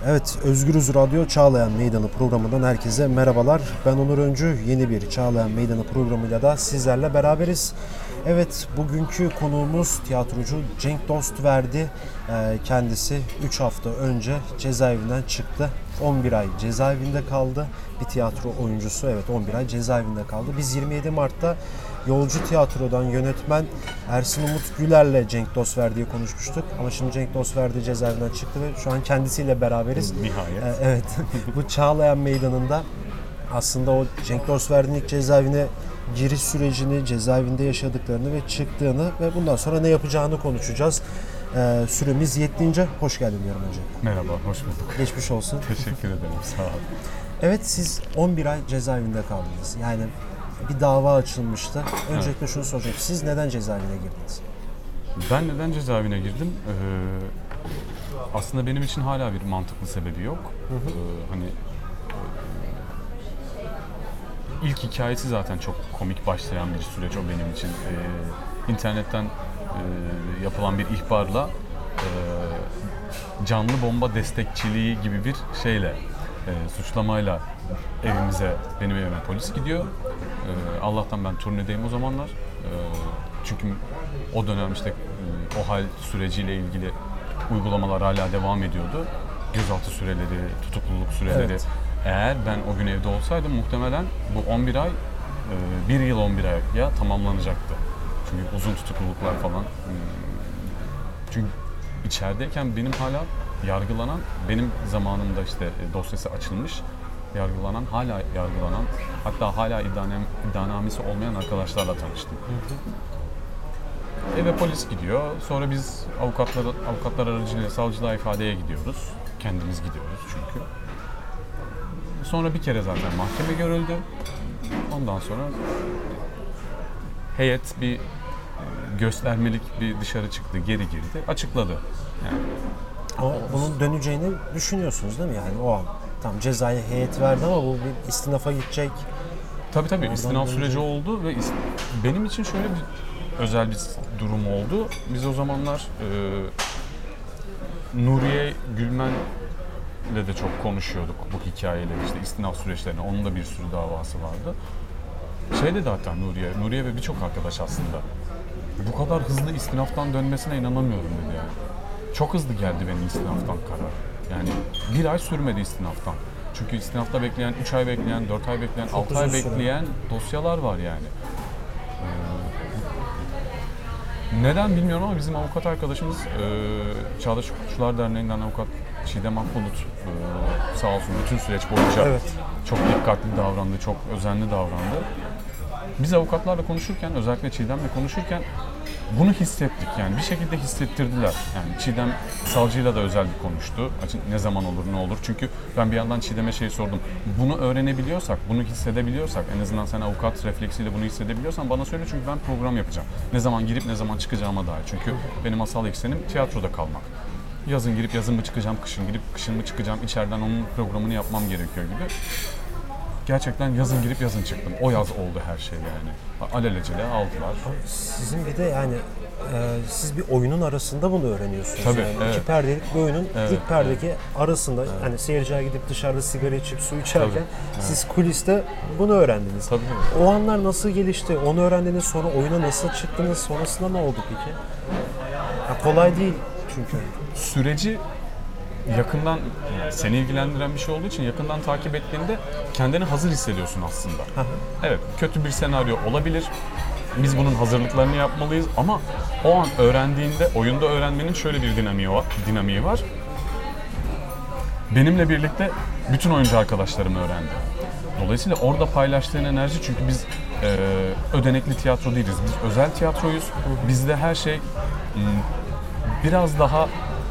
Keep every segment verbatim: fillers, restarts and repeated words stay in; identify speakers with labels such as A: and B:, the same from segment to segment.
A: Evet, Özgürüz Radyo Çağlayan Meydanı programından herkese merhabalar. Ben Onur Öncü, yeni bir Çağlayan Meydanı programıyla da sizlerle beraberiz. Evet, bugünkü konuğumuz tiyatrocu Cenk Dostverdi. Kendisi üç hafta önce cezaevinden çıktı. on bir ay cezaevinde kaldı. Bir tiyatro oyuncusu, evet on bir ay cezaevinde kaldı. Biz yirmi yedi Mart'ta Yolcu Tiyatro'dan yönetmen Ersin Umut Güler'le Cenk Dostverdi'ye konuşmuştuk. Ama şimdi Cenk Dostverdi cezaevinden çıktı ve şu an kendisiyle beraberiz.
B: Nihayet.
A: Ee, evet, bu Çağlayan Meydanı'nda aslında o Cenk Dostverdi'nin ilk cezaevine giriş sürecini, cezaevinde yaşadıklarını ve çıktığını ve bundan sonra ne yapacağını konuşacağız. Ee, süremiz yettiğince hoş geldin diyorum önce.
B: Merhaba, hoş bulduk.
A: Geçmiş olsun.
B: Teşekkür ederim, sağ olun.
A: Evet, siz on bir ay cezaevinde kaldınız. Yani bir dava açılmıştı. Öncelikle evet. Şunu soracağım. Siz neden cezaevine girdiniz?
B: Ben neden cezaevine girdim? Ee, aslında benim için hala bir mantıklı sebebi yok. Hı hı. Ee, hani e, ilk hikayesi zaten çok komik başlayan bir süreç o benim için. Ee, internetten e, yapılan bir ihbarla e, canlı bomba destekçiliği gibi bir şeyle, e, suçlamayla evimize, benim evime polis gidiyor. Ee, Allah'tan ben turnedeyim o zamanlar. Ee, çünkü o dönem işte e, o hal süreciyle ilgili uygulamalar hala devam ediyordu. Gözaltı süreleri, tutukluluk süreleri. Evet. Eğer ben o gün evde olsaydım muhtemelen bu on bir ay, e, bir yıl on bir aya tamamlanacaktı. Çünkü uzun tutukluluklar falan. Çünkü içerideyken benim hala yargılanan, benim zamanımda işte dosyası açılmış, yargılanan, hala yargılanan, hatta hala iddianam, iddianamesi olmayan arkadaşlarla tanıştım. Hı hı. Eve polis gidiyor. Sonra biz avukatlar, avukatlar aracılığıyla savcılığa ifadeye gidiyoruz. Kendimiz gidiyoruz çünkü. Sonra bir kere zaten mahkeme görüldü. Ondan sonra heyet bir göstermelik bir dışarı çıktı, geri girdi, açıkladı. Yani
A: o, bunun döneceğini düşünüyorsunuz değil mi yani o an? Tam cezaya heyet verdi ama bu bir istinafa gidecek.
B: Tabii tabii istinaf süreci oldu ve ist- benim için şöyle bir özel bir durum oldu. Biz o zamanlar e, Nuriye Gülmen'le de çok konuşuyorduk bu hikayeleri, işte istinaf süreçlerini. Onun da bir sürü davası vardı. Şey dedi hatta Nuriye, Nuriye ve birçok arkadaş aslında bu kadar hızlı istinaftan dönmesine inanamıyorum dedi yani. Çok hızlı geldi benim istinaftan karar. Yani bir ay sürmedi istinaftan. Çünkü istinafta bekleyen, üç ay bekleyen, dört ay bekleyen, altı ay bekleyen dosyalar var yani. Ee, neden bilmiyorum ama bizim avukat arkadaşımız e, Çağdaş Hukukçular Derneği'nden avukat Çiğdem Akbulut e, sağ olsun bütün süreç boyunca evet. çok dikkatli davrandı, çok özenli davrandı. Biz avukatlarla konuşurken, özellikle Çiğdem'le konuşurken bunu hissettik yani bir şekilde hissettirdiler. Yani Çiğdem savcıyla da özel bir konuştu. Ne zaman olur, ne olur? Çünkü ben bir yandan Çiğdem'e şey sordum. Bunu öğrenebiliyorsak, bunu hissedebiliyorsak, en azından sen avukat refleksiyle bunu hissedebiliyorsan bana söyle çünkü ben program yapacağım. Ne zaman girip ne zaman çıkacağıma dair. Çünkü benim asal eksenim tiyatroda kalmak. Yazın girip yazın mı çıkacağım, kışın girip kışın mı çıkacağım, içeriden onun programını yapmam gerekiyor gibi. Gerçekten yazın girip yazın çıktım. O yaz oldu her şey yani. Alelacele aldılar.
A: Sizin bir de yani e, siz bir oyunun arasında bunu öğreniyorsunuz.
B: Tabii,
A: yani.
B: evet.
A: İki perdelik bir oyunun
B: evet,
A: ilk perdeki evet. arasında
B: evet.
A: hani seyirciler gidip dışarıda sigara içip su içerken
B: Tabii,
A: siz
B: evet.
A: kuliste bunu öğrendiniz.
B: Tabii.
A: O anlar nasıl gelişti? Onu öğrendiniz, sonra oyuna nasıl çıktınız? Sonrasında ne oldu peki? Ya kolay değil çünkü.
B: Süreci yakından, seni ilgilendiren bir şey olduğu için yakından takip ettiğinde kendini hazır hissediyorsun aslında. Evet, kötü bir senaryo olabilir. Biz bunun hazırlıklarını yapmalıyız ama o an öğrendiğinde, oyunda öğrenmenin şöyle bir dinamiği var. Dinamiği var. Benimle birlikte bütün oyuncu arkadaşlarım öğrendi. Dolayısıyla orada paylaştığın enerji, çünkü biz e, ödenekli tiyatro değiliz. Biz özel tiyatroyuz. Bizde her şey biraz daha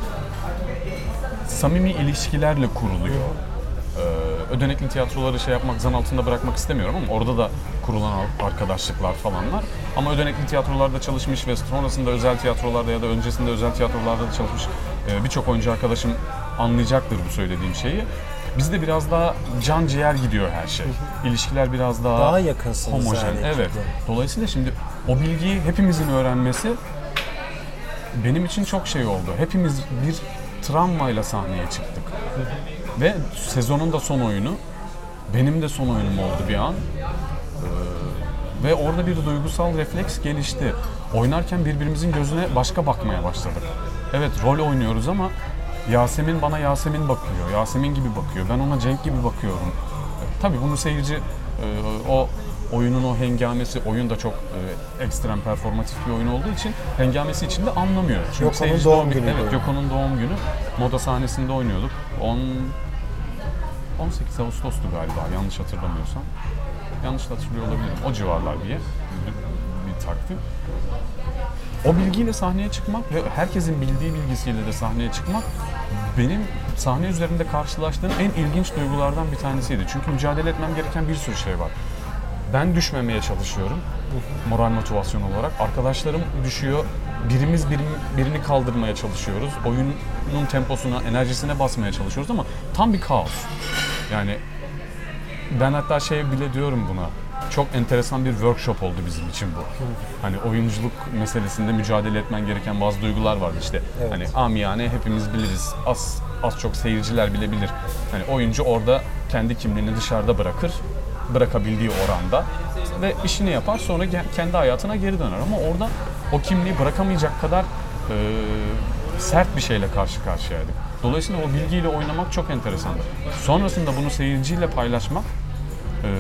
B: samimi ilişkilerle kuruluyor. Ee, ödenekli tiyatroları şey yapmak, zan altında bırakmak istemiyorum ama orada da kurulan arkadaşlıklar falan var. Ama ödenekli tiyatrolarda çalışmış ve sonrasında özel tiyatrolarda ya da öncesinde özel tiyatrolarda da çalışmış e, birçok oyuncu arkadaşım anlayacaktır bu söylediğim şeyi. Bizde biraz daha can ciğer gidiyor her şey. İlişkiler biraz daha,
A: daha yakınsınız
B: homojen.
A: Yani
B: evet. Dolayısıyla şimdi o bilgiyi hepimizin öğrenmesi benim için çok şey oldu. Hepimiz bir travmayla sahneye çıktık. Ve sezonun da son oyunu, benim de son oyunum oldu bir an. Ee, ve orada bir duygusal refleks gelişti. Oynarken birbirimizin gözüne başka bakmaya başladık. Evet, rol oynuyoruz ama Yasemin bana Yasemin bakıyor, Yasemin gibi bakıyor, ben ona Cenk gibi bakıyorum. Ee, tabii bunu seyirci, e, o oyunun o hengamesi, oyun da çok e, ekstrem performatif bir oyun olduğu için hengamesi içinde anlamıyor. Çünkü
A: Yoko'nun doğum günü.
B: Evet, Yoko'nun doğum günü. Moda sahnesinde oynuyorduk. on on sekiz Ağustos'tu galiba, yanlış hatırlamıyorsam. Yanlış hatırlıyor olabilirim. O civarlar bir yer, bir, bir takvim. O bilgiyle sahneye çıkmak ve herkesin bildiği bilgisiyle de sahneye çıkmak benim sahne üzerinde karşılaştığım en ilginç duygulardan bir tanesiydi. Çünkü mücadele etmem gereken bir sürü şey var. Ben düşmemeye çalışıyorum moral motivasyon olarak. Arkadaşlarım düşüyor. Birimiz birini kaldırmaya çalışıyoruz. Oyunun temposuna, enerjisine basmaya çalışıyoruz ama tam bir kaos. Yani ben hatta şey bile diyorum buna. Çok enteresan bir workshop oldu bizim için bu. Hani oyunculuk meselesinde mücadele etmen gereken bazı duygular vardı işte.
A: Evet.
B: Hani amiyane hepimiz biliriz. Az az çok seyirciler bile bilir. Hani oyuncu orada kendi kimliğini dışarıda bırakır. Bırakabildiği oranda ve işini yapar, sonra kendi hayatına geri döner ama orada o kimliği bırakamayacak kadar e, sert bir şeyle karşı karşıyaydık. Dolayısıyla o bilgiyle oynamak çok enteresandı. Sonrasında bunu seyirciyle paylaşmak e,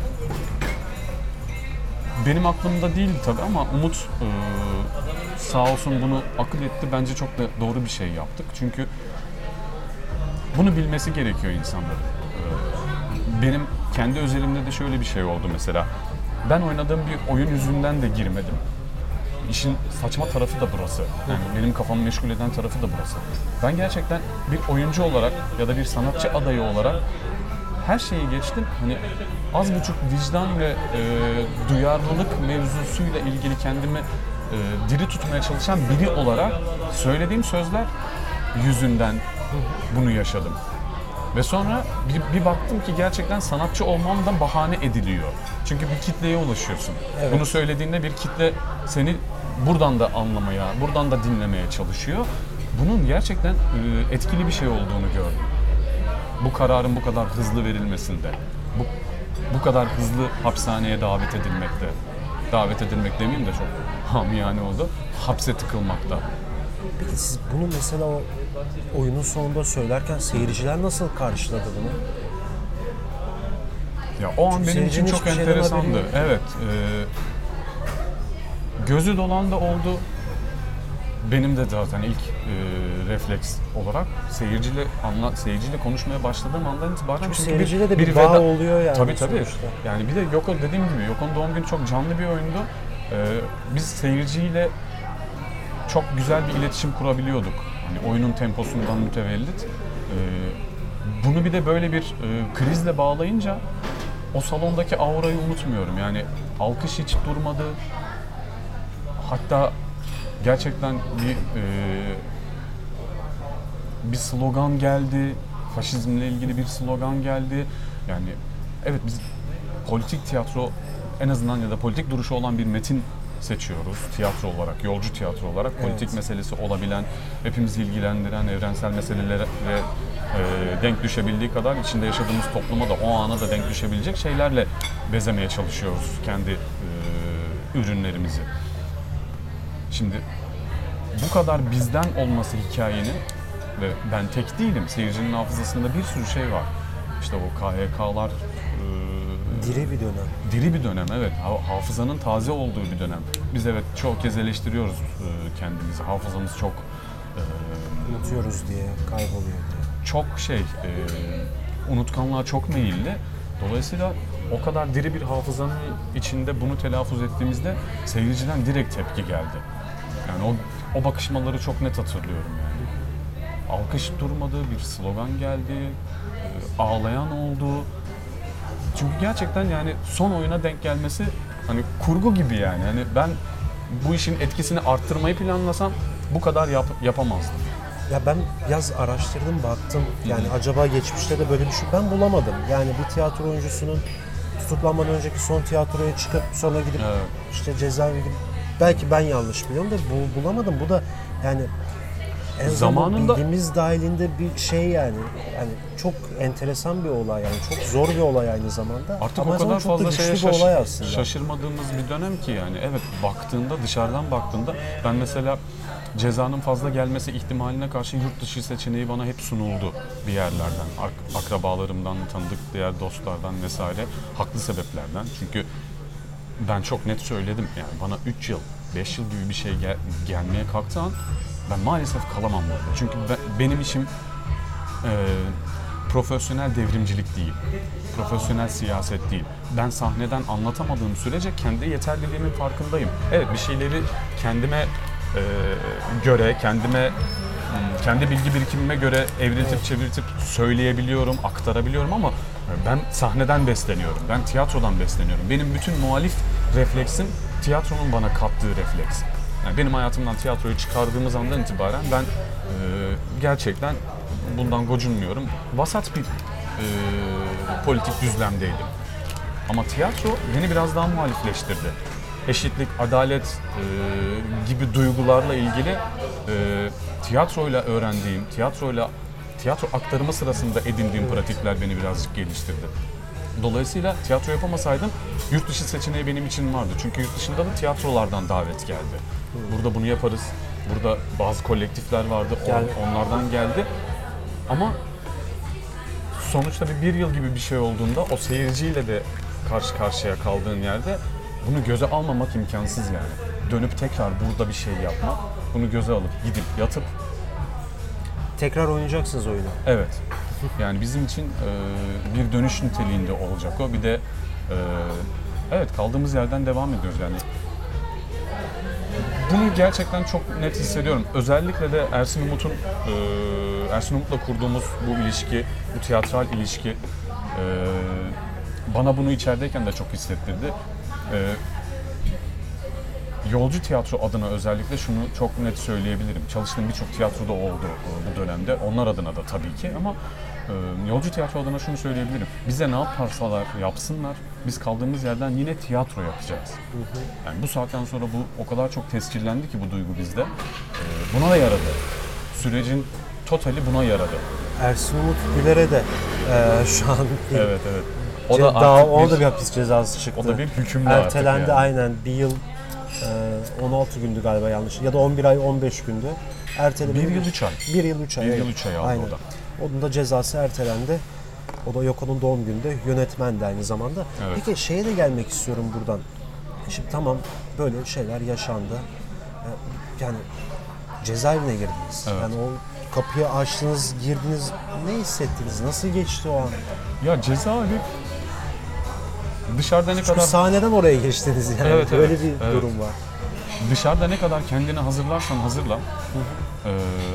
B: benim aklımda değildi tabii ama Umut e, sağ olsun bunu akıl etti. Bence çok da doğru bir şey yaptık. Çünkü bunu bilmesi gerekiyor insanların. E, benim kendi özelimde de şöyle bir şey oldu mesela. Ben oynadığım bir oyun yüzünden de girmedim. İşin saçma tarafı da burası. Yani benim kafamı meşgul eden tarafı da burası. Ben gerçekten bir oyuncu olarak ya da bir sanatçı adayı olarak her şeyi geçtim. Hani az buçuk vicdan ve e, duyarlılık mevzusuyla ilgili kendimi e, diri tutmaya çalışan biri olarak söylediğim sözler yüzünden bunu yaşadım. Ve sonra bir, bir baktım ki gerçekten sanatçı olmam da bahane ediliyor. Çünkü bir kitleye ulaşıyorsun.
A: Evet.
B: Bunu söylediğinde bir kitle seni buradan da anlamaya, buradan da dinlemeye çalışıyor. Bunun gerçekten e, etkili bir şey olduğunu gördüm. Bu kararın bu kadar hızlı verilmesinde, bu, bu kadar hızlı hapishaneye davet edilmekte, davet edilmek demeyeyim de çok hamiyane oldu, hapse tıkılmakta.
A: Peki siz bunu mesela o oyunun sonunda söylerken seyirciler nasıl karşıladı bunu?
B: Ya o an
A: Çünkü
B: benim için çok enteresandı. Evet. E, gözü dolan da oldu. Benim de zaten ilk e, refleks olarak seyirciyle anla, seyirciyle konuşmaya başladığım andan itibaren
A: Çünkü
B: çünkü
A: seyirciyle de bir,
B: bir
A: bağ
B: veda,
A: oluyor yani.
B: Tabii tabii.
A: Sonuçta.
B: Yani bir de Yoko dediğim gibi Yoko'nun doğum günü çok canlı bir oyundu. E, biz seyirciyle çok güzel bir iletişim kurabiliyorduk. Hani oyunun temposundan mütevellit. E, bunu bir de böyle bir e, krizle bağlayınca o salondaki aurayı unutmuyorum. Yani alkış hiç durmadı. Hatta gerçekten bir e, bir slogan geldi. Faşizmle ilgili bir slogan geldi. Yani evet biz politik tiyatro en azından ya da politik duruşu olan bir metin seçiyoruz tiyatro olarak, yolcu tiyatro olarak. Evet. Politik meselesi olabilen, hepimizi ilgilendiren evrensel meselelere e, denk düşebildiği kadar içinde yaşadığımız topluma da o ana da denk düşebilecek şeylerle bezemeye çalışıyoruz kendi e, ürünlerimizi. Şimdi bu kadar bizden olması hikayenin ve ben tek değilim, seyircinin hafızasında bir sürü şey var. İşte o K H K'lar, e,
A: diri bir dönem.
B: Diri bir dönem, evet. Hafızanın taze olduğu bir dönem. Biz evet çok kez eleştiriyoruz e, kendimizi. Hafızamız çok e,
A: unutuyoruz diye, kayboluyor diye.
B: Çok şey, e, unutkanlığa çok meyilli. Dolayısıyla o kadar diri bir hafızanın içinde bunu telaffuz ettiğimizde seyirciden direkt tepki geldi. Yani o, o bakışmaları çok net hatırlıyorum yani. Alkış durmadı, bir slogan geldi, e, ağlayan oldu. Çünkü gerçekten yani son oyuna denk gelmesi hani kurgu gibi yani. Hani ben bu işin etkisini arttırmayı planlasam bu kadar yap, yapamazdım.
A: Ya ben biraz araştırdım, baktım. Yani Hı-hı. acaba geçmişte de böyle bir şey ben bulamadım. Yani bir tiyatro oyuncusunun tutuklanmadan önceki son tiyatroya çıkıp sonra gidip evet. işte cezaevi gidip belki ben yanlış biliyorum da bu bulamadım. Bu da yani En zamanında bildiğimiz dahilinde bir şey yani. Yani çok enteresan bir olay yani. Çok zor bir olay aynı zamanda.
B: Artık
A: Ama
B: o kadar
A: çok da
B: fazla şeye
A: güçlü bir
B: şaş-
A: olay aslında.
B: şaşırmadığımız bir dönem ki yani. Evet, baktığında, dışarıdan baktığında ben mesela cezanın fazla gelmesi ihtimaline karşı yurt dışı seçeneği bana hep sunuldu bir yerlerden. Ak- akrabalarımdan, tanıdık diğer dostlardan vesaire. Haklı sebeplerden. Çünkü ben çok net söyledim yani bana üç yıl, beş yıl gibi bir şey gel- gelmeye kalktığı an ben maalesef kalamam burada. Çünkü ben, benim işim e, profesyonel devrimcilik değil, profesyonel siyaset değil. Ben sahneden anlatamadığım sürece kendi yeterliliğimin farkındayım. Evet, bir şeyleri kendime e, göre, kendime kendi bilgi birikimime göre evriltip çevirtip söyleyebiliyorum, aktarabiliyorum ama ben sahneden besleniyorum, ben tiyatrodan besleniyorum. Benim bütün muhalif refleksim tiyatronun bana kattığı refleks. Yani benim hayatımdan tiyatroyu çıkardığımız andan itibaren ben e, gerçekten bundan gocunmuyorum. Vasat bir e, politik düzlemdeydim. Ama tiyatro beni biraz daha muhalifleştirdi. Eşitlik, adalet e, gibi duygularla ilgili e, tiyatroyla öğrendiğim, tiyatroyla tiyatro aktarımı sırasında edindiğim pratikler beni birazcık geliştirdi. Dolayısıyla tiyatro yapamasaydım yurt dışı seçeneği benim için vardı. Çünkü yurt dışında da tiyatrolardan davet geldi. Burada bunu yaparız. Burada bazı kolektifler vardı.
A: Gel.
B: Onlardan geldi. Ama sonuçta bir, bir yıl gibi bir şey olduğunda o seyirciyle de karşı karşıya kaldığın yerde bunu göze almamak imkansız yani. Dönüp tekrar burada bir şey yapmak, bunu göze alıp gidip yatıp
A: Tekrar oynayacaksınız oyunu.
B: evet. Yani bizim için e, bir dönüş niteliğinde olacak o. Bir de e, evet kaldığımız yerden devam ediyoruz yani. Bunu gerçekten çok net hissediyorum. Özellikle de Ersin Umut'un e, Ersin Umut'la kurduğumuz bu ilişki, bu tiyatral ilişki e, bana bunu içerideyken de çok hissettirdi. E, Yolcu tiyatro adına özellikle şunu çok net söyleyebilirim. Çalıştığım birçok tiyatroda oldu bu dönemde. Onlar adına da tabii ki ama e, yolcu tiyatro adına şunu söyleyebilirim. Bize ne yaparsalar yapsınlar, biz kaldığımız yerden yine tiyatro yapacağız. Yani bu saatten sonra bu o kadar çok tescillendi ki bu duygu bizde. E, buna da yaradı. Sürecin totali buna yaradı.
A: Ersin Umut Güler'e de e, şu an bir,
B: Evet evet.
A: o
B: O da
A: daha
B: artık
A: ona
B: bir,
A: da bir hapis cezası çıktı.
B: o da bir hükümlü
A: Ertelendi
B: artık yani.
A: aynen bir yıl e, on altı gündü galiba yanlış ya da on bir ay on beş gündü. Erteledi.
B: Bir yıl üç ay.
A: Bir yıl üç ay.
B: Bir
A: evet.
B: yıl üç ay aldı
A: Aynen.
B: o da.
A: Onun da cezası ertelendi. O da Yoko'nun doğum gününde yönetmendi aynı zamanda.
B: Evet.
A: Peki şeye de gelmek istiyorum buradan. Şimdi tamam böyle şeyler yaşandı. Ee, Yani cezaevine girdiniz.
B: Evet.
A: Yani o kapıyı açtınız, girdiniz. Ne hissettiniz? Nasıl geçti o an?
B: Ya cezaevi dışarıda ne
A: Çünkü
B: kadar
A: sahneden oraya geçtiniz yani.
B: Evet,
A: Böyle
B: evet,
A: bir
B: evet.
A: durum var.
B: dışarıda ne kadar kendini hazırlarsan hazırla. Ee,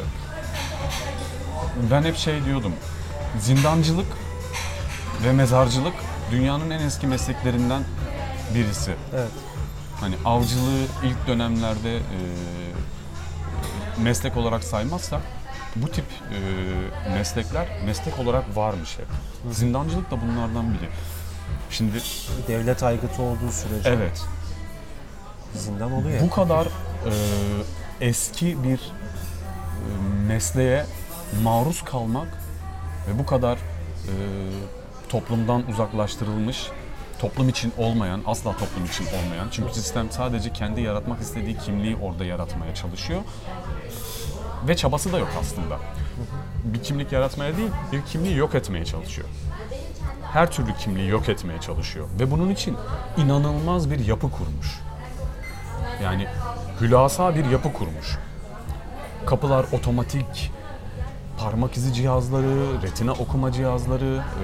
B: ben hep şey diyordum. Zindancılık ve mezarcılık dünyanın en eski mesleklerinden birisi.
A: Evet.
B: Hani avcılığı ilk dönemlerde e, meslek olarak saymazsak bu tip e, meslekler meslek olarak varmış hep. Zindancılık da bunlardan biri. Şimdi
A: Devlet aygıtı olduğu sürece
B: evet.
A: zindan oluyor.
B: Bu kadar e, eski bir e, mesleğe maruz kalmak ve bu kadar e, toplumdan uzaklaştırılmış, toplum için olmayan, asla toplum için olmayan. Çünkü sistem sadece kendi yaratmak istediği kimliği orada yaratmaya çalışıyor. Ve çabası da yok aslında. Bir kimlik yaratmaya değil, bir kimliği yok etmeye çalışıyor. Her türlü kimliği yok etmeye çalışıyor. Ve bunun için inanılmaz bir yapı kurmuş. Yani hülasa bir yapı kurmuş. Kapılar otomatik, parmak izi cihazları, retina okuma cihazları, e,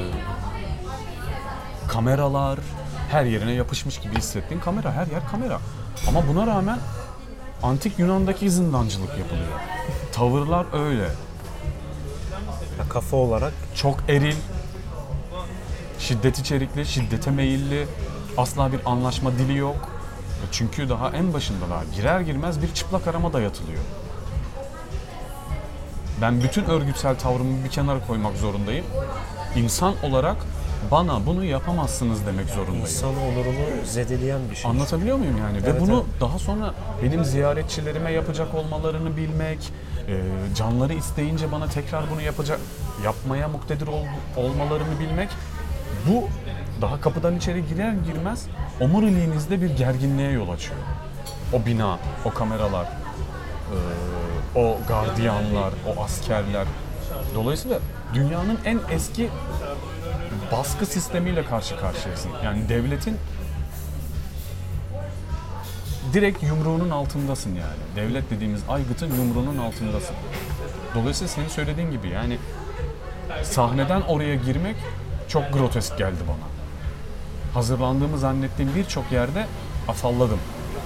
B: kameralar, her yerine yapışmış gibi hissettiğin kamera, her yer kamera. Ama buna rağmen antik Yunan'daki zindancılık yapılıyor. Tavırlar öyle.
A: Ya kafa olarak
B: Çok eril, şiddet içerikli, şiddete meyilli, asla bir anlaşma dili yok. Çünkü daha en başındalar. Girer girmez bir çıplak arama dayatılıyor. Ben bütün örgütsel tavrımı bir kenara koymak zorundayım. İnsan olarak bana bunu yapamazsınız demek zorundayım.
A: insan onurunu zedeleyen bir şey.
B: Anlatabiliyor muyum yani?
A: Evet,
B: Ve bunu
A: evet.
B: daha sonra benim ziyaretçilerime yapacak olmalarını bilmek, e, canları isteyince bana tekrar bunu yapacak, yapmaya muktedir ol, olmalarını bilmek, bu daha kapıdan içeri girer girmez omuriliğinizde bir gerginliğe yol açıyor. O bina, o kameralar, e, o gardiyanlar, o askerler. Dolayısıyla dünyanın en eski baskı sistemiyle karşı karşıyasın. Yani devletin direkt yumruğunun altındasın yani. Devlet dediğimiz aygıtın yumruğunun altındasın. Dolayısıyla senin söylediğin gibi yani sahneden oraya girmek çok grotesk geldi bana. Hazırlandığımı zannettiğim birçok yerde afalladım.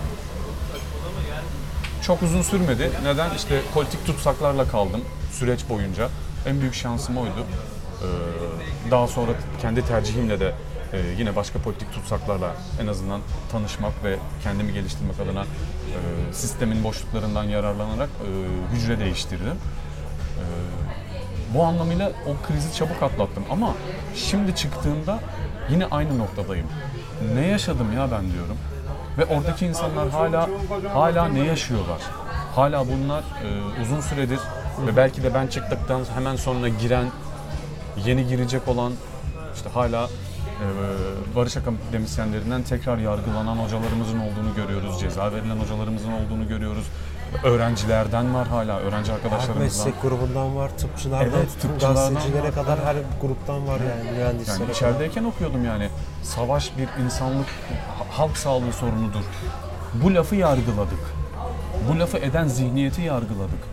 B: Çok uzun sürmedi. Neden? İşte politik tutsaklarla kaldım süreç boyunca. En büyük şansım oydu. Ee, daha sonra kendi tercihimle de e, yine başka politik tutsaklarla en azından tanışmak ve kendimi geliştirmek adına e, sistemin boşluklarından yararlanarak e, hücre değiştirdim. E, bu anlamıyla o krizi çabuk atlattım ama şimdi çıktığımda yine aynı noktadayım. Ne yaşadım ya ben diyorum. Ve oradaki insanlar hala hala ne yaşıyorlar? Hala bunlar e, uzun süredir ve belki de ben çıktıktan hemen sonra giren, yeni girecek olan, işte hala e, barış akademisyenlerinden tekrar yargılanan hocalarımızın olduğunu görüyoruz. Ceza verilen hocalarımızın olduğunu görüyoruz. Öğrencilerden var hala, öğrenci
A: Her
B: arkadaşlarımızdan.
A: meslek grubundan var, tıpçılardan,
B: Evet,
A: tutun
B: tıpçılardan
A: gazetecilere
B: var.
A: kadar her gruptan var yani, mühendislere
B: Yani
A: kadar.
B: içerideyken okuyordum yani. Savaş bir insanlık, halk sağlığı sorunudur. Bu lafı yargıladık. Bu lafı eden zihniyeti yargıladık.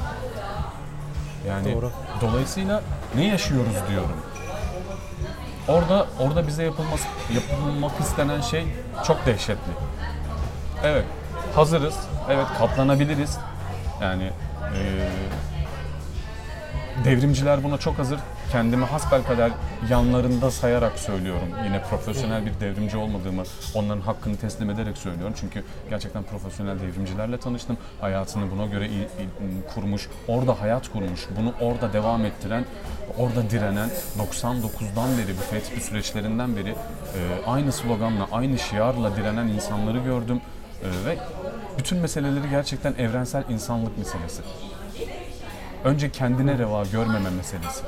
B: Yani
A: Doğru.
B: dolayısıyla ne yaşıyoruz diyorum. Orada orada bize yapılması yapılmak istenen şey çok dehşetli. Evet, hazırız. Evet, katlanabiliriz. Yani eee devrimciler buna çok hazır. Kendimi hasbelkader yanlarında sayarak söylüyorum. Yine profesyonel bir devrimci olmadığımı, onların hakkını teslim ederek söylüyorum. Çünkü gerçekten profesyonel devrimcilerle tanıştım. Hayatını buna göre iyi, iyi kurmuş, orada hayat kurmuş, bunu orada devam ettiren, orada direnen, doksan dokuzdan beri, bu fetih süreçlerinden beri e, aynı sloganla, aynı şiarla direnen insanları gördüm. E, ve bütün meseleleri gerçekten evrensel insanlık meselesi. Önce kendine reva görmeme meselesi.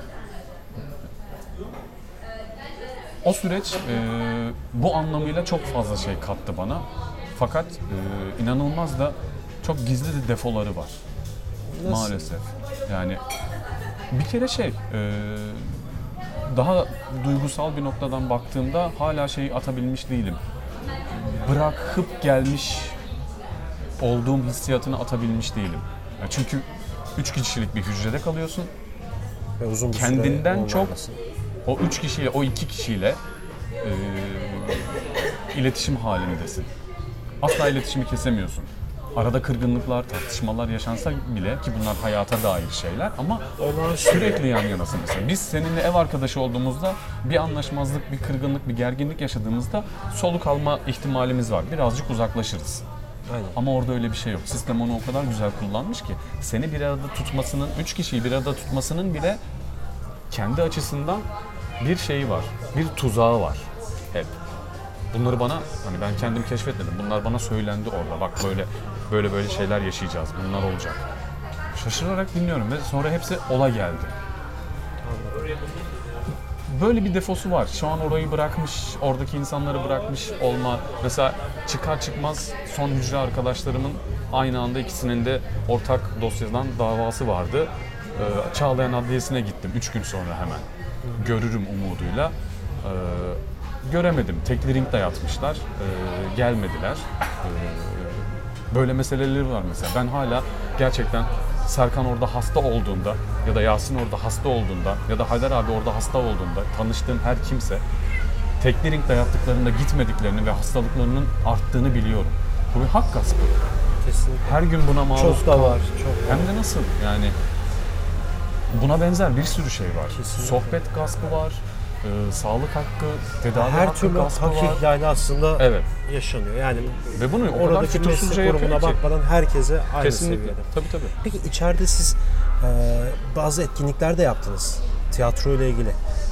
B: O süreç e, bu anlamıyla çok fazla şey kattı bana. Fakat e, inanılmaz da çok gizli de defoları var.
A: Nasıl?
B: Maalesef. Yani bir kere şey, e, daha duygusal bir noktadan baktığımda hala şeyi atabilmiş değilim. Bırakıp gelmiş olduğum hissiyatını atabilmiş değilim. Ya çünkü üç kişilik bir hücrede kalıyorsun.
A: Ve uzun bir
B: Kendinden
A: süre
B: çok
A: olmaması.
B: o üç kişiyle, o iki kişiyle e, iletişim halindesin. Asla iletişimi kesemiyorsun. Arada kırgınlıklar, tartışmalar yaşansa bile, ki bunlar hayata dair şeyler, ama sürekli yan yanasın mesela. Biz seninle ev arkadaşı olduğumuzda bir anlaşmazlık, bir kırgınlık, bir gerginlik yaşadığımızda soluk alma ihtimalimiz var. Birazcık uzaklaşırız.
A: Aynen.
B: Ama orada öyle bir şey yok. Sistem onu o kadar güzel kullanmış ki seni bir arada tutmasının, üç kişiyi bir arada tutmasının bile kendi açısından bir şeyi var. Bir tuzağı var hep. Bunları bana, hani ben kendim keşfetmedim. Bunlar bana söylendi orada. Bak böyle böyle böyle şeyler yaşayacağız. Bunlar olacak. Şaşırarak dinliyorum ve sonra hepsi ola geldi. Böyle bir defosu var. Şu an orayı bırakmış, oradaki insanları bırakmış olma. Mesela çıkar çıkmaz son hücre arkadaşlarımın aynı anda ikisinin de ortak dosyadan davası vardı. Ee, Çağlayan Adliyesi'ne gittim üç gün sonra hemen. Görürüm umuduyla. Ee, göremedim. Tekli ring dayatmışlar. Ee, gelmediler. Ee, böyle meseleleri var mesela. Ben hala gerçekten Serkan orada hasta olduğunda ya da Yasin orada hasta olduğunda ya da Haydar abi orada hasta olduğunda tanıştığım her kimse tekli ring dayattıklarında gitmediklerini ve hastalıklarının arttığını biliyorum. Bu bir hak gaspı.
A: Kesinlikle.
B: Her gün buna maruz
A: Çok da
B: kal-
A: var, çok
B: Hem de nasıl yani buna benzer bir sürü şey var.
A: Kesinlikle.
B: Sohbet gaspı var, e, sağlık hakkı, tedavi
A: Her
B: hakkı
A: türlü
B: gaspı
A: hak
B: var.
A: ihlali aslında
B: Evet.
A: yaşanıyor. Yani
B: Ve bunu o kadar
A: oradaki
B: fütursuzca
A: meslek
B: yapıyor
A: grubuna
B: ki.
A: bakmadan herkese aynı
B: Kesinlikle.
A: seviyede.
B: Tabii tabii.
A: Peki içeride siz e, bazı etkinlikler de yaptınız tiyatro ile ilgili.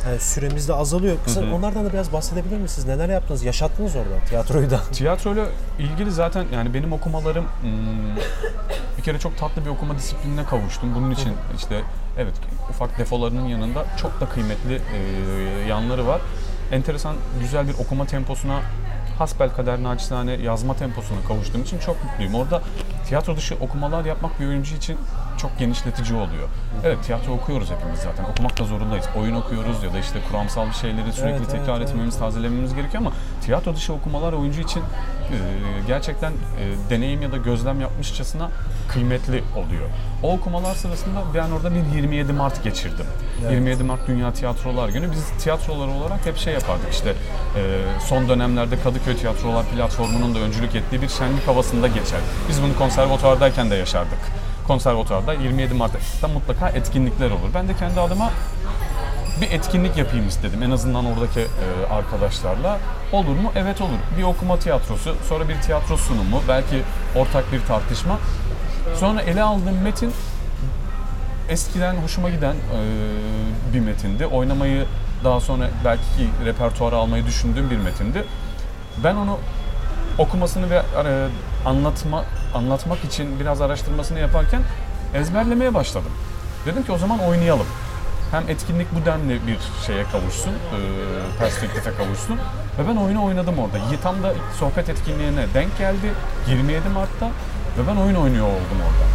A: Yani süremiz de azalıyor. Kısa,
B: Hı hı.
A: onlardan da biraz bahsedebilir misiniz? Neler yaptınız? Yaşattınız orada tiyatroyu da.
B: Tiyatroyla ilgili zaten yani benim okumalarım hmm, bir kere çok tatlı bir okuma disiplinine kavuştum. Bunun için işte evet ufak defolarının yanında çok da kıymetli e, yanları var. Enteresan, güzel bir okuma temposuna, hasbelkader naçizane yazma temposuna kavuştuğum için çok mutluyum. Orada tiyatro dışı okumalar yapmak bir oyuncu için çok genişletici oluyor. Evet, tiyatro okuyoruz hepimiz zaten. Okumak da zorundayız. Oyun okuyoruz ya da işte kuramsal bir şeyleri sürekli
A: Evet,
B: tekrar
A: evet,
B: etmemiz,
A: evet.
B: tazelememiz gerekiyor ama tiyatro dışı okumalar oyuncu için e, gerçekten e, deneyim ya da gözlem yapmışçasına kıymetli oluyor. O okumalar sırasında ben orada bir yirmi yedi Mart geçirdim.
A: Evet.
B: yirmi yedi Mart Dünya Tiyatrolar Günü. Biz tiyatrolar olarak hep şey yapardık işte e, son dönemlerde Kadıköy Tiyatrolar Platformu'nun da öncülük ettiği bir şenlik havasında geçer. Biz bunu konservatuvardayken de yaşardık. Konservatuvarda yirmi yedi Mart'ta mutlaka etkinlikler olur. Ben de kendi adıma bir etkinlik yapayım istedim. En azından oradaki e, arkadaşlarla. Olur mu? Evet olur. Bir okuma tiyatrosu, sonra bir tiyatro sunumu, belki ortak bir tartışma. Sonra ele aldığım metin eskiden hoşuma giden e, bir metindi. Oynamayı daha sonra belki repertuara almayı düşündüğüm bir metindi. Ben onu okumasını ve e, anlatma anlatmak için biraz araştırmasını yaparken ezberlemeye başladım. Dedim ki o zaman oynayalım. Hem etkinlik bu denli bir şeye kavuşsun, e, perspektife kavuşsun ve ben oyunu oynadım orada. Tam da sohbet etkinliğine denk geldi yirmi yedi Mart'ta ve ben oyun oynuyor oldum orada.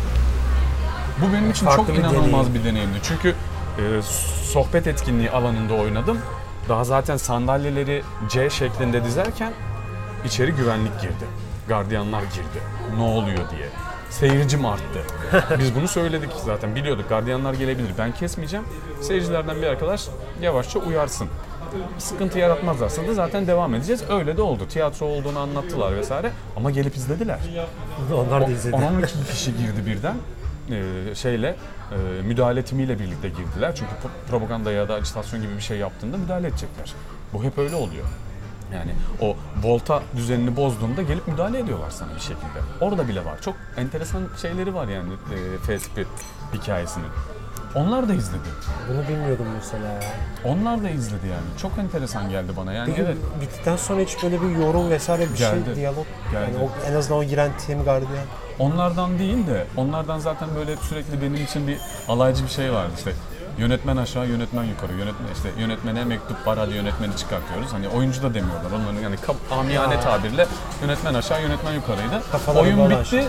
B: Bu benim için
A: Farklı
B: çok
A: bir
B: inanılmaz
A: deneyim.
B: bir deneyimdi. Çünkü e, sohbet etkinliği alanında oynadım. Daha zaten sandalyeleri C şeklinde dizerken içeri güvenlik girdi. Gardiyanlar girdi. Ne oluyor diye. Seyircim arttı. Biz bunu söyledik zaten. Biliyorduk gardiyanlar gelebilir. Ben kesmeyeceğim. Seyircilerden bir arkadaş yavaşça uyarsın. Sıkıntı yaratmazlarsa da zaten devam edeceğiz. Öyle de oldu. Tiyatro olduğunu anlattılar vesaire. Ama gelip izlediler.
A: Onlar da izledi.
B: on on iki kişi girdi birden. Ee, şeyle e, müdahale timiyle birlikte girdiler. Çünkü pro- propaganda ya da ajitasyon gibi bir şey yaptığında müdahale edecekler. Bu hep öyle oluyor. Yani o volta düzenini bozduğunda gelip müdahale ediyorlar sana bir şekilde. Orada bile var. Çok enteresan şeyleri var yani e, F S P hikayesinin. Onlar da izledi.
A: Bunu bilmiyordum mesela ya.
B: Onlar da izledi yani. Çok enteresan geldi bana. Yani
A: Peki
B: evet.
A: bittikten sonra hiç böyle bir yorum vesaire bir
B: Geldi.
A: şey, diyalog.
B: Geldi.
A: Yani o, en azından o giren tim gardiyan.
B: Onlardan değil de onlardan zaten böyle sürekli benim için bir alaycı bir şey vardı işte. Yönetmen aşağı, yönetmen yukarı. Yönetmen işte yönetmene mektup var, hadi yönetmeni çıkartıyoruz. Hani oyuncu da demiyorlar. Onların yani kap- amiyane
A: Aa.
B: tabirle yönetmen aşağı, yönetmen yukarıydı.
A: Kafaları
B: Oyun
A: dolaş.
B: bitti.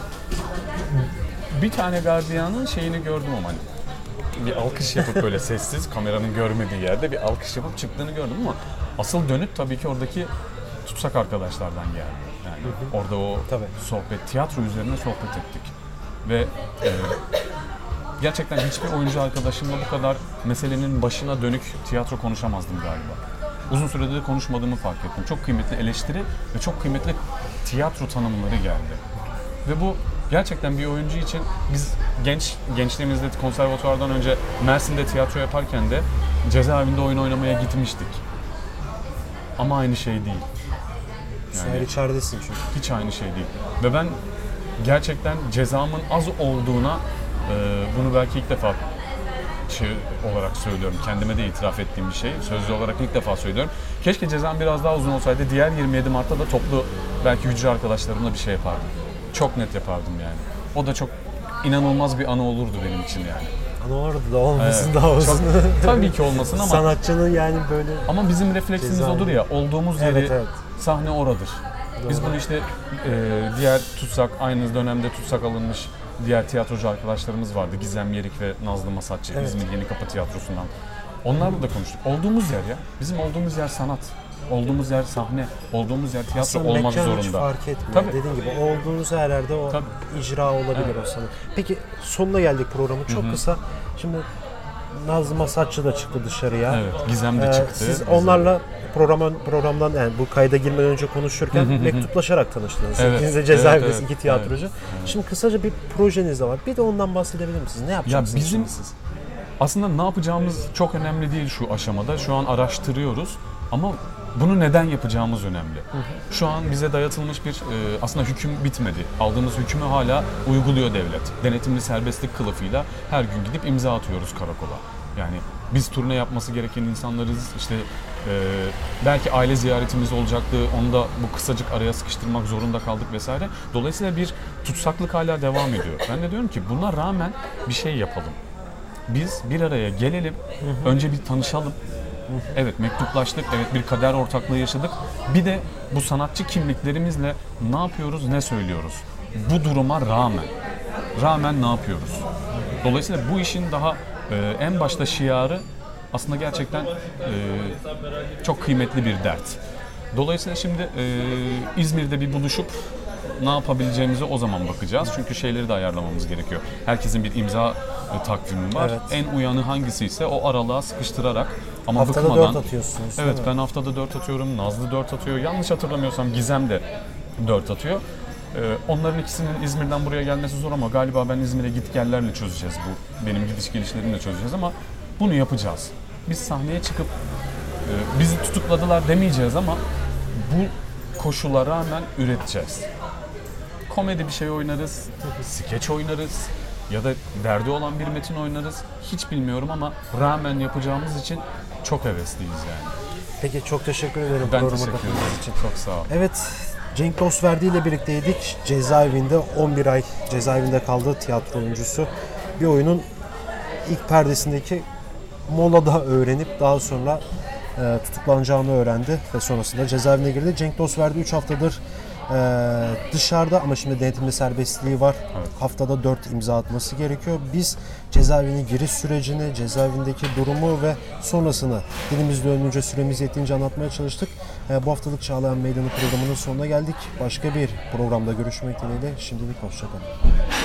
B: Bir tane gardiyanın şeyini gördüm ama hani bir alkış yapıp böyle sessiz kameranın görmediği yerde bir alkış yapıp çıktığını gördüm ama asıl dönüt tabii ki oradaki tutsak arkadaşlardan geldi. Yani orada o
A: Tabii.
B: sohbet, tiyatro üzerine sohbet ettik. Ve e, gerçekten hiçbir oyuncu arkadaşımla bu kadar meselenin başına dönük tiyatro konuşamazdım galiba. Uzun süredir de konuşmadığımı fark ettim. Çok kıymetli eleştiri ve çok kıymetli tiyatro tanımları geldi. Ve bu gerçekten bir oyuncu için biz genç gençliğimizde konservatuvardan önce Mersin'de tiyatro yaparken de cezaevinde oyun oynamaya gitmiştik. Ama aynı şey değil.
A: Sen içeridesin çünkü.
B: Hiç aynı şey değil. Ve ben gerçekten cezamın az olduğuna e, bunu belki ilk defa şey olarak söylüyorum. Kendime de itiraf ettiğim bir şey. Sözlü olarak ilk defa söylüyorum. Keşke cezam biraz daha uzun olsaydı. Diğer yirmi yedi Mart'ta da toplu belki hücre arkadaşlarımla bir şey yapardım. Çok net yapardım yani. O da çok inanılmaz bir anı olurdu benim için yani.
A: Anılar da olmasın
B: Evet,
A: daha olsun.
B: çok- tabii ki olmasın ama
A: Sanatçının yani böyle...
B: ama bizim refleksimiz
A: Ceza-
B: odur ya. Olduğumuz yeri
A: Evet, evet.
B: sahne oradır. Biz bunu işte e, diğer tutsak, aynı dönemde tutsak alınmış diğer tiyatrocu arkadaşlarımız vardı. Gizem Yerik ve Nazlı Masatçı,
A: Evet.
B: İzmir Yenikapı Tiyatrosu'ndan. Onlarla da konuştuk. Olduğumuz yer ya. Bizim olduğumuz yer sanat. Olduğumuz yer sahne. Olduğumuz yer tiyatro
A: Aslında
B: olmak
A: mekan
B: zorunda.
A: hiç fark etmiyor.
B: Tabii.
A: Dediğin gibi olduğunuz her yerde o
B: Tabii.
A: icra olabilir
B: Evet.
A: o sanat. Peki sonuna geldik programın. Çok kısa. Şimdi Nazlı Masatçı da çıktı dışarıya.
B: Evet, Gizem de
A: Ee,
B: çıktı.
A: Siz
B: Gizem.
A: onlarla programın programdan yani bu kayda girmeden önce konuşurken mektuplaşarak tanıştınız.
B: Evet,
A: İkiniz de
B: evet,
A: cezaevindeyiz,
B: evet,
A: iki tiyatrocu. Şimdi kısaca bir projeniz de var. Bir de ondan bahsedebilir misiniz? Ne yapacaksınız
B: bizim-
A: şimdi siz?
B: Aslında ne yapacağımız çok önemli değil şu aşamada. Şu an araştırıyoruz ama bunu neden yapacağımız önemli. Şu an bize dayatılmış bir e, aslında hüküm bitmedi. Aldığımız hükmü hala uyguluyor devlet. Denetimli serbestlik kılıfıyla her gün gidip imza atıyoruz karakola. Yani biz turne yapması gereken insanlarız. İşte e, belki aile ziyaretimiz olacaktı. Onu da bu kısacık araya sıkıştırmak zorunda kaldık vesaire. Dolayısıyla bir tutsaklık hala devam ediyor. Ben de diyorum ki buna rağmen bir şey yapalım. Biz bir araya gelelim. Önce bir tanışalım. Evet, mektuplaştık. Evet, bir kader ortaklığı yaşadık. Bir de bu sanatçı kimliklerimizle ne yapıyoruz, ne söylüyoruz? Bu duruma rağmen. Rağmen ne yapıyoruz? Dolayısıyla bu işin daha e, en başta şiarı aslında gerçekten e, çok kıymetli bir dert. Dolayısıyla şimdi e, İzmir'de bir buluşup ne yapabileceğimize o zaman bakacağız. Çünkü şeyleri de ayarlamamız gerekiyor. Herkesin bir imza e, takvimi var.
A: Evet.
B: En uyanı hangisi ise o aralığa sıkıştırarak ama
A: Haftada
B: bıkmadan.
A: dört atıyorsunuz.
B: Evet,
A: değil
B: ben
A: mi?
B: haftada dört atıyorum. Nazlı dört atıyor. Yanlış hatırlamıyorsam Gizem de dört atıyor. Ee, onların ikisinin İzmir'den buraya gelmesi zor ama galiba ben İzmir'e git gellerle çözeceğiz bu. Benim gidiş gelişlerimle çözeceğiz ama bunu yapacağız. Biz sahneye çıkıp e, bizi tutukladılar demeyeceğiz ama bu koşula rağmen üreteceğiz. Komedi bir şey oynarız, skeç oynarız ya da derdi olan bir metin oynarız. Hiç bilmiyorum ama rağmen yapacağımız için çok hevesliyiz yani.
A: Peki çok teşekkür ederim
B: Ben
A: programa
B: teşekkür
A: katıldığınız
B: ederim.
A: için.
B: Çok sağ ol.
A: Evet, Cenk Dostverdi ile birlikteydik. Cezaevinde on bir ay cezaevinde kaldı tiyatro oyuncusu. Bir oyunun ilk perdesindeki molada öğrenip daha sonra e, tutuklanacağını öğrendi ve sonrasında cezaevine girdi. Cenk Dostverdi üç haftadır e, dışarıda ama şimdi denetimli serbestliği var.
B: Evet.
A: Haftada dört imza atması gerekiyor. Biz cezaevine giriş sürecini, cezaevindeki durumu ve sonrasını dilimizde önünce süremiz yettiğince anlatmaya çalıştık. E, bu haftalık Çağlayan Meydanı programının sonuna geldik. Başka bir programda görüşmek dileğiyle. Şimdilik hoşçakalın.